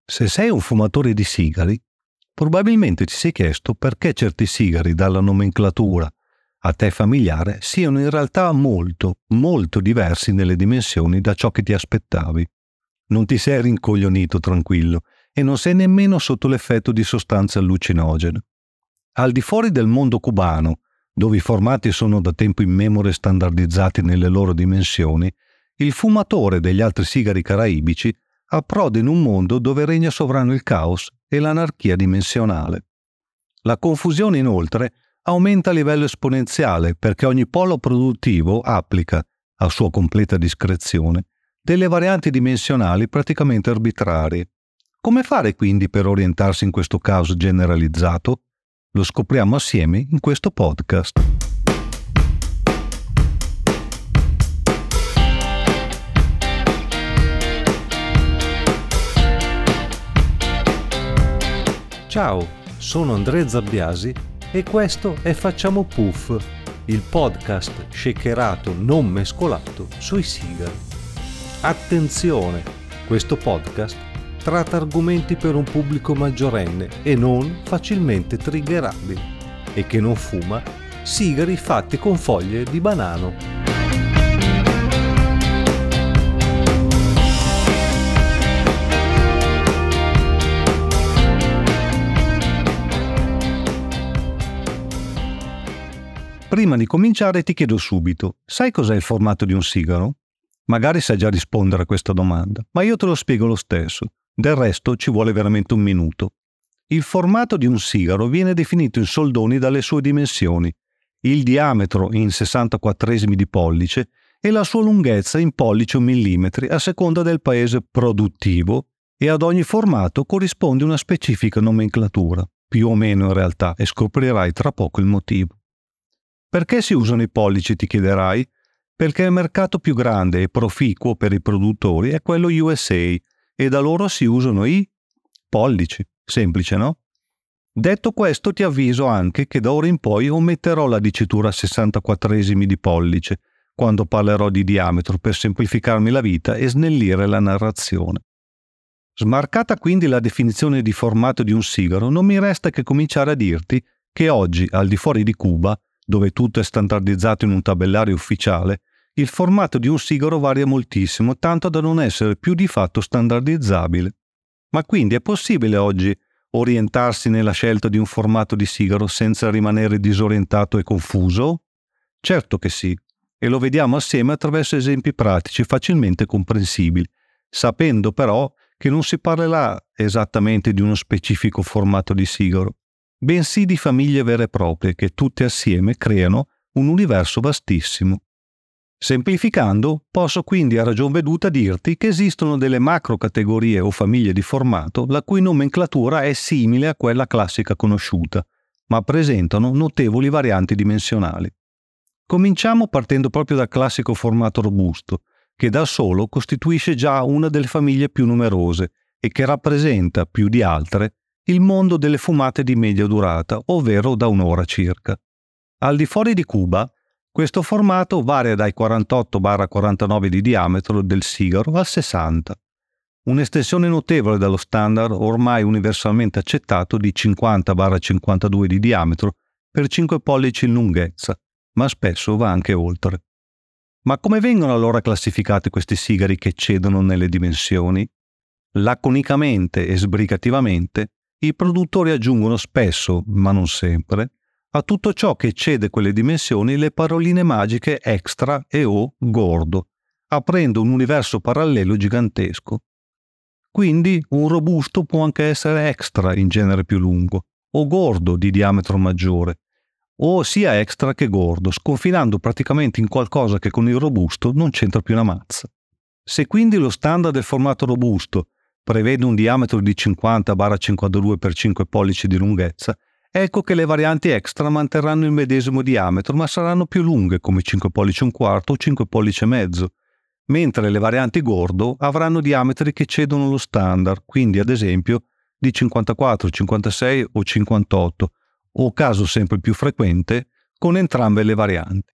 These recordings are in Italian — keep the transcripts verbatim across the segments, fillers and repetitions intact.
Se sei un fumatore di sigari, probabilmente ti sei chiesto perché certi sigari dalla nomenclatura a te familiare siano in realtà molto, molto diversi nelle dimensioni da ciò che ti aspettavi. Non ti sei rincoglionito tranquillo e non sei nemmeno sotto l'effetto di sostanze allucinogene. Al di fuori del mondo cubano, dove i formati sono da tempo immemore standardizzati nelle loro dimensioni, il fumatore degli altri sigari caraibici approda in un mondo dove regna sovrano il caos e l'anarchia dimensionale. La confusione, inoltre, aumenta a livello esponenziale perché ogni polo produttivo applica, a sua completa discrezione, delle varianti dimensionali praticamente arbitrarie. Come fare quindi per orientarsi in questo caos generalizzato? Lo scopriamo assieme in questo podcast. Ciao, sono Andrea Zabbiasi e questo è Facciamo Puff, il podcast shakerato non mescolato sui sigari. Attenzione, questo podcast tratta argomenti per un pubblico maggiorenne e non facilmente triggerabili e che non fuma sigari fatti con foglie di banano. Prima di cominciare ti chiedo subito, sai cos'è il formato di un sigaro? Magari sai già rispondere a questa domanda, ma io te lo spiego lo stesso. Del resto ci vuole veramente un minuto. Il formato di un sigaro viene definito in soldoni dalle sue dimensioni, il diametro in sessantaquattresimi di pollice e la sua lunghezza in pollici o millimetri a seconda del paese produttivo, e ad ogni formato corrisponde una specifica nomenclatura, più o meno in realtà, e scoprirai tra poco il motivo. Perché si usano i pollici, ti chiederai? Perché il mercato più grande e proficuo per i produttori è quello U S A e da loro si usano i pollici. Semplice, no? Detto questo, ti avviso anche che da ora in poi ometterò la dicitura sessantaquattresimi di pollice quando parlerò di diametro per semplificarmi la vita e snellire la narrazione. Smarcata quindi la definizione di formato di un sigaro, non mi resta che cominciare a dirti che oggi, al di fuori di Cuba, dove tutto è standardizzato in un tabellario ufficiale, il formato di un sigaro varia moltissimo, tanto da non essere più di fatto standardizzabile. Ma quindi è possibile oggi orientarsi nella scelta di un formato di sigaro senza rimanere disorientato e confuso? Certo che sì, e lo vediamo assieme attraverso esempi pratici facilmente comprensibili, sapendo però che non si parlerà esattamente di uno specifico formato di sigaro, bensì di famiglie vere e proprie che tutte assieme creano un universo vastissimo. Semplificando, posso quindi a ragion veduta dirti che esistono delle macro categorie o famiglie di formato la cui nomenclatura è simile a quella classica conosciuta, ma presentano notevoli varianti dimensionali. Cominciamo partendo proprio dal classico formato robusto, che da solo costituisce già una delle famiglie più numerose e che rappresenta, più di altre, il mondo delle fumate di media durata, ovvero da un'ora circa. Al di fuori di Cuba, questo formato varia dai quarantotto quarantanove di diametro del sigaro al sessanta, un'estensione notevole dallo standard ormai universalmente accettato di cinquanta cinquantadue di diametro per cinque pollici in lunghezza, ma spesso va anche oltre. Ma come vengono allora classificati questi sigari che eccedono nelle dimensioni? Laconicamente e sbrigativamente, i produttori aggiungono spesso, ma non sempre, a tutto ciò che eccede quelle dimensioni le paroline magiche extra e o gordo, aprendo un universo parallelo gigantesco. Quindi un robusto può anche essere extra in genere più lungo, o gordo di diametro maggiore, o sia extra che gordo, sconfinando praticamente in qualcosa che con il robusto non c'entra più una mazza. Se quindi lo standard del formato robusto prevede un diametro di cinquanta cinquantadue per cinque pollici di lunghezza, ecco che le varianti extra manterranno il medesimo diametro ma saranno più lunghe come cinque pollici e un quarto o cinque pollici e mezzo, mentre le varianti gordo avranno diametri che cedono lo standard, quindi ad esempio di cinquantaquattro, cinquantasei o cinquantotto, o caso sempre più frequente, con entrambe le varianti.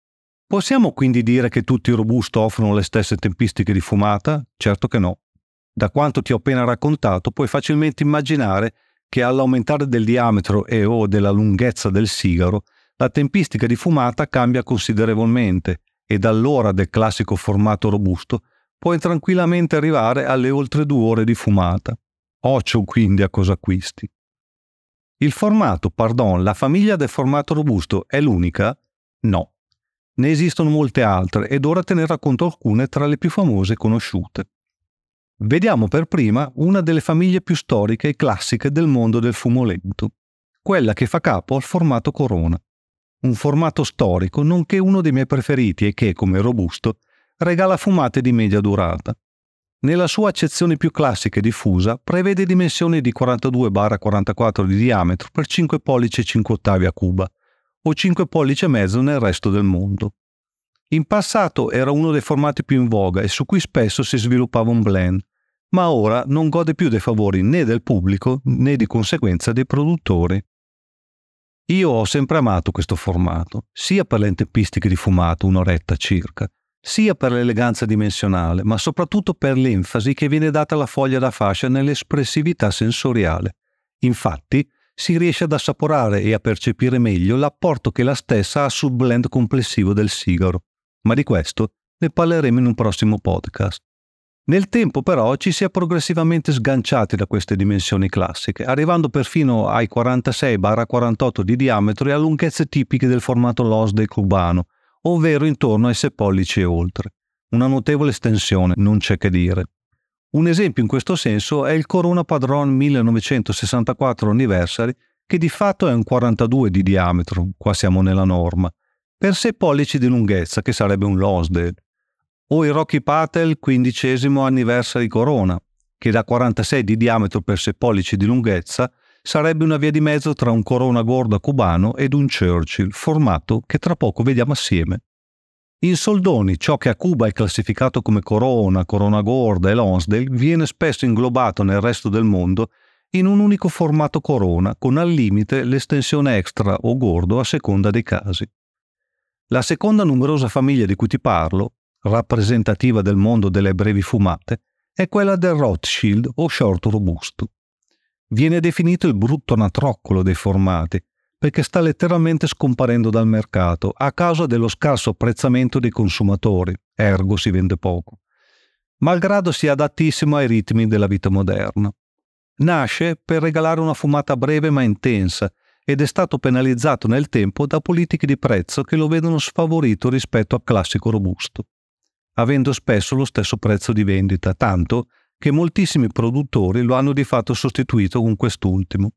Possiamo quindi dire che tutti i robusto offrono le stesse tempistiche di fumata? Certo che no. Da quanto ti ho appena raccontato, puoi facilmente immaginare che all'aumentare del diametro e o della lunghezza del sigaro, la tempistica di fumata cambia considerevolmente e dall'ora del classico formato robusto puoi tranquillamente arrivare alle oltre due ore di fumata. Occhio quindi a cosa acquisti. Il formato, pardon, la famiglia del formato robusto è l'unica? No. Ne esistono molte altre ed ora te ne racconto alcune tra le più famose e conosciute. Vediamo per prima una delle famiglie più storiche e classiche del mondo del fumo lento, quella che fa capo al formato Corona. Un formato storico nonché uno dei miei preferiti e che, come robusto, regala fumate di media durata. Nella sua accezione più classica e diffusa, prevede dimensioni di quarantadue quarantaquattro di diametro per cinque pollici e cinque ottavi a Cuba, o cinque pollici e mezzo nel resto del mondo. In passato era uno dei formati più in voga e su cui spesso si sviluppava un blend, ma ora non gode più dei favori né del pubblico né di conseguenza dei produttori. Io ho sempre amato questo formato, sia per le tempistiche di fumato, un'oretta circa, sia per l'eleganza dimensionale, ma soprattutto per l'enfasi che viene data alla foglia da fascia nell'espressività sensoriale. Infatti, si riesce ad assaporare e a percepire meglio l'apporto che la stessa ha sul blend complessivo del sigaro, ma di questo ne parleremo in un prossimo podcast. Nel tempo però ci si è progressivamente sganciati da queste dimensioni classiche, arrivando perfino ai quarantasei quarantotto di diametro e a lunghezze tipiche del formato Lonsdale cubano, ovvero intorno ai sei pollici e oltre. Una notevole estensione, non c'è che dire. Un esempio in questo senso è il Corona Padron millenovecentosessantaquattro Anniversary, che di fatto è un quarantadue di diametro, qua siamo nella norma, per sei pollici di lunghezza, che sarebbe un Lonsdale, o il Rocky Patel quindicesimo Anniversary Corona, che da quarantasei di diametro per sei pollici di lunghezza sarebbe una via di mezzo tra un Corona Gorda cubano ed un Churchill, formato che tra poco vediamo assieme. In soldoni, ciò che a Cuba è classificato come Corona, Corona Gorda e Lonsdale viene spesso inglobato nel resto del mondo in un unico formato Corona, con al limite l'estensione extra o gordo a seconda dei casi. La seconda numerosa famiglia di cui ti parlo, rappresentativa del mondo delle brevi fumate, è quella del Rothschild o short robusto. Viene definito il brutto anatroccolo dei formati, perché sta letteralmente scomparendo dal mercato a causa dello scarso apprezzamento dei consumatori, ergo si vende poco, malgrado sia adattissimo ai ritmi della vita moderna. Nasce per regalare una fumata breve ma intensa ed è stato penalizzato nel tempo da politiche di prezzo che lo vedono sfavorito rispetto al classico robusto, avendo spesso lo stesso prezzo di vendita, tanto che moltissimi produttori lo hanno di fatto sostituito con quest'ultimo.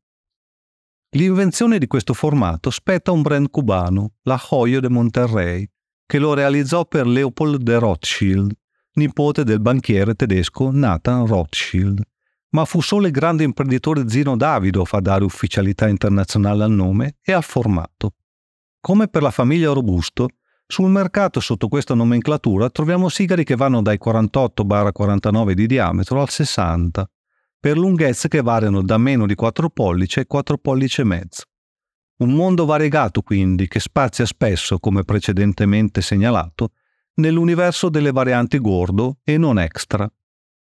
L'invenzione di questo formato spetta a un brand cubano, la Joyo de Monterrey, che lo realizzò per Leopold de Rothschild, nipote del banchiere tedesco Nathan Rothschild, ma fu solo il grande imprenditore Zino Davidoff a dare ufficialità internazionale al nome e al formato. Come per la famiglia Robusto, sul mercato sotto questa nomenclatura troviamo sigari che vanno dai quarantotto quarantanove di diametro al sessanta, per lunghezze che variano da meno di quattro pollici ai quattro pollici e mezzo. Un mondo variegato quindi che spazia spesso, come precedentemente segnalato, nell'universo delle varianti gordo e non extra.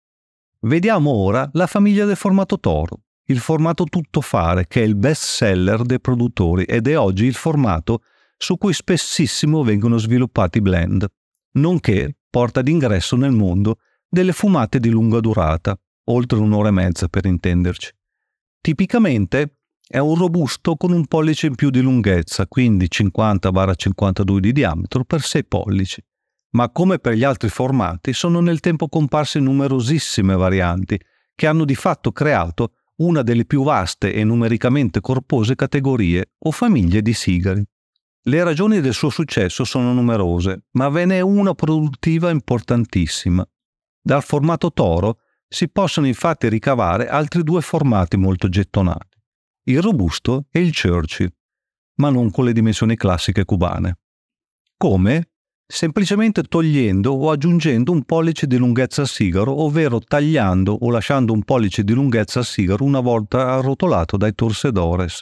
Vediamo ora la famiglia del formato Toro, il formato tuttofare che è il best seller dei produttori ed è oggi il formato su cui spessissimo vengono sviluppati blend, nonché porta d'ingresso nel mondo delle fumate di lunga durata, oltre un'ora e mezza per intenderci. Tipicamente è un robusto con un pollice in più di lunghezza, quindi cinquanta cinquantadue di diametro per sei pollici, ma come per gli altri formati sono nel tempo comparse numerosissime varianti che hanno di fatto creato una delle più vaste e numericamente corpose categorie o famiglie di sigari. Le ragioni del suo successo sono numerose, ma ve n'è una produttiva importantissima. Dal formato Toro si possono infatti ricavare altri due formati molto gettonati, il robusto e il Churchill, ma non con le dimensioni classiche cubane. Come? Semplicemente togliendo o aggiungendo un pollice di lunghezza al sigaro, ovvero tagliando o lasciando un pollice di lunghezza al sigaro una volta arrotolato dai torcedores.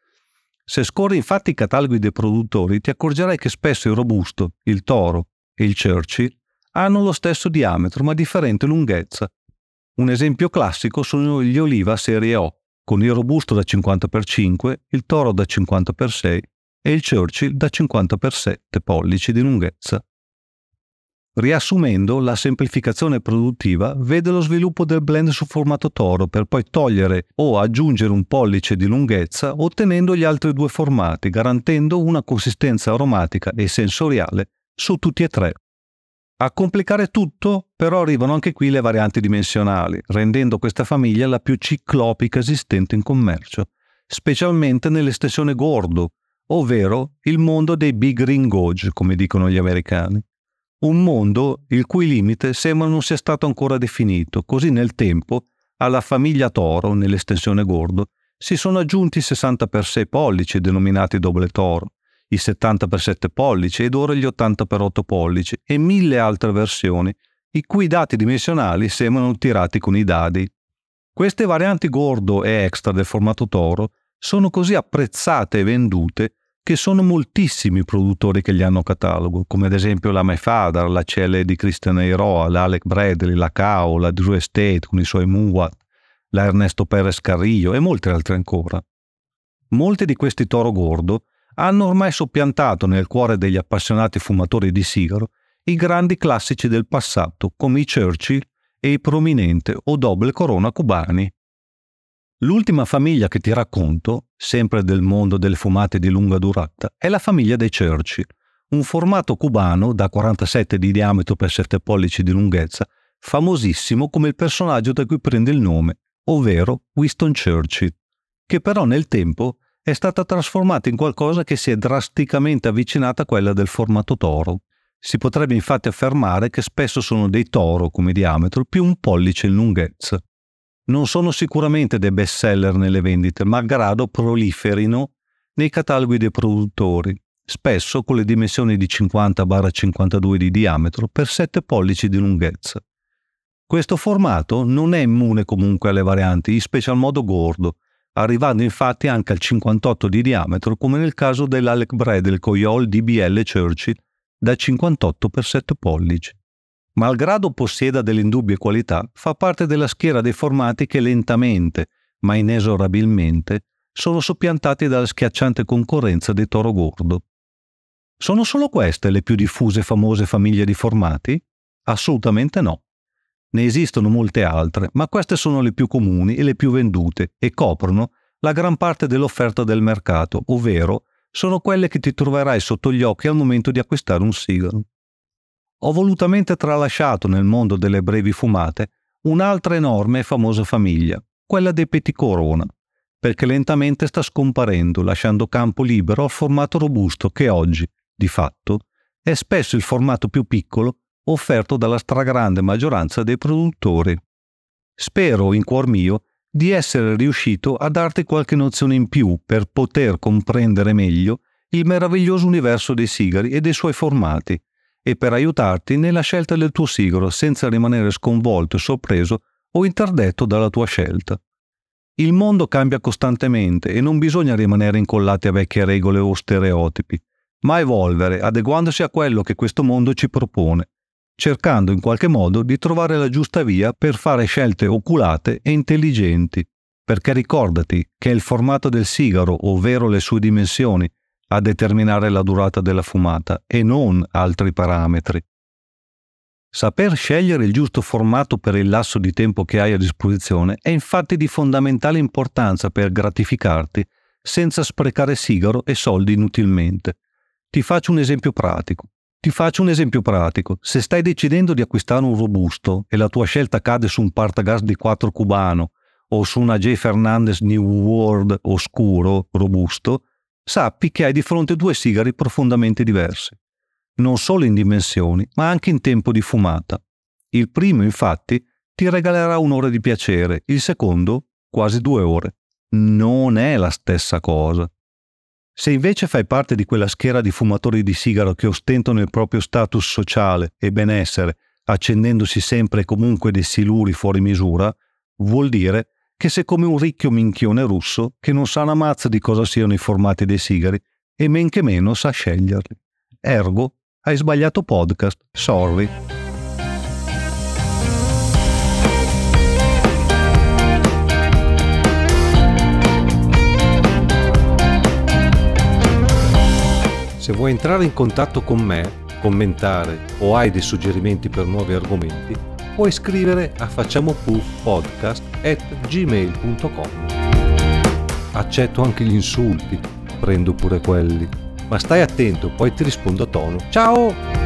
Se scorri infatti i cataloghi dei produttori ti accorgerai che spesso il robusto, il Toro e il Churchill hanno lo stesso diametro ma differente lunghezza. Un esempio classico sono gli Oliva serie O, con il robusto da cinquanta per cinque, il Toro da cinquanta per sei e il Churchill da cinquanta per sette pollici di lunghezza. Riassumendo, la semplificazione produttiva vede lo sviluppo del blend su formato Toro per poi togliere o aggiungere un pollice di lunghezza ottenendo gli altri due formati, garantendo una consistenza aromatica e sensoriale su tutti e tre. A complicare tutto, però, arrivano anche qui le varianti dimensionali, rendendo questa famiglia la più ciclopica esistente in commercio, specialmente nell'estensione gordo, ovvero il mondo dei Big Green Gauge, come dicono gli americani. Un mondo il cui limite sembra non sia stato ancora definito, così nel tempo, alla famiglia Toro, nell'estensione gordo, si sono aggiunti i sessanta per sei pollici, denominati doble Toro, i settanta per sette pollici ed ora gli ottanta per otto pollici e mille altre versioni, i cui dati dimensionali sembrano tirati con i dadi. Queste varianti gordo e extra del formato Toro sono così apprezzate e vendute che sono moltissimi i produttori che li hanno a catalogo, come ad esempio la Mayfather, la C L di Christian Eiroa, la Alec Bradley, la K O, la Drew Estate con i suoi Muwat, la Ernesto Perez Carrillo e molte altre ancora. Molti di questi Toro gordo hanno ormai soppiantato nel cuore degli appassionati fumatori di sigaro i grandi classici del passato come i Churchill e i prominente o Doble Corona cubani. L'ultima famiglia che ti racconto, sempre del mondo delle fumate di lunga durata, è la famiglia dei Churchill, un formato cubano da quarantasette di diametro per sette pollici di lunghezza, famosissimo come il personaggio da cui prende il nome, ovvero Winston Churchill, che però nel tempo è stata trasformata in qualcosa che si è drasticamente avvicinata a quella del formato Toro. Si potrebbe infatti affermare che spesso sono dei Toro come diametro più un pollice in lunghezza. Non sono sicuramente dei best seller nelle vendite, malgrado proliferino nei cataloghi dei produttori, spesso con le dimensioni di cinquanta cinquantadue di diametro per sette pollici di lunghezza. Questo formato non è immune comunque alle varianti, in special modo gordo, arrivando infatti anche al cinquantotto di diametro, come nel caso dell'Alec Bradley Coyol D B L Churchill da cinquantotto per sette pollici. Malgrado possieda delle indubbie qualità, fa parte della schiera dei formati che lentamente, ma inesorabilmente, sono soppiantati dalla schiacciante concorrenza dei Toro gordo. Sono solo queste le più diffuse e famose famiglie di formati? Assolutamente no. Ne esistono molte altre, ma queste sono le più comuni e le più vendute e coprono la gran parte dell'offerta del mercato, ovvero sono quelle che ti troverai sotto gli occhi al momento di acquistare un sigaro. Ho volutamente tralasciato nel mondo delle brevi fumate un'altra enorme e famosa famiglia, quella dei Petit Corona, perché lentamente sta scomparendo, lasciando campo libero al formato robusto che oggi, di fatto, è spesso il formato più piccolo offerto dalla stragrande maggioranza dei produttori. Spero, in cuor mio, di essere riuscito a darti qualche nozione in più per poter comprendere meglio il meraviglioso universo dei sigari e dei suoi formati, e per aiutarti nella scelta del tuo sigaro senza rimanere sconvolto e sorpreso o interdetto dalla tua scelta. Il mondo cambia costantemente e non bisogna rimanere incollati a vecchie regole o stereotipi, ma evolvere adeguandosi a quello che questo mondo ci propone, cercando in qualche modo di trovare la giusta via per fare scelte oculate e intelligenti, perché ricordati che è il formato del sigaro, ovvero le sue dimensioni, a determinare la durata della fumata e non altri parametri. Saper scegliere il giusto formato per il lasso di tempo che hai a disposizione è infatti di fondamentale importanza per gratificarti senza sprecare sigaro e soldi inutilmente. Ti faccio un esempio pratico. Ti faccio un esempio pratico. Se stai decidendo di acquistare un robusto e la tua scelta cade su un Partagas di quattro cubano o su una J. Fernandez New World oscuro robusto, sappi che hai di fronte due sigari profondamente diversi, non solo in dimensioni, ma anche in tempo di fumata. Il primo, infatti, ti regalerà un'ora di piacere, il secondo, quasi due ore. Non è la stessa cosa. Se invece fai parte di quella schiera di fumatori di sigaro che ostentano il proprio status sociale e benessere, accendendosi sempre e comunque dei siluri fuori misura, vuol dire che sei come un ricchio minchione russo che non sa una mazza di cosa siano i formati dei sigari e men che meno sa sceglierli. Ergo, hai sbagliato podcast, sorry. Vuoi entrare in contatto con me, commentare o hai dei suggerimenti per nuovi argomenti? Puoi scrivere a facciamopuffpodcast at gmail punto com. Accetto anche gli insulti, prendo pure quelli, ma stai attento, poi ti rispondo a tono. Ciao!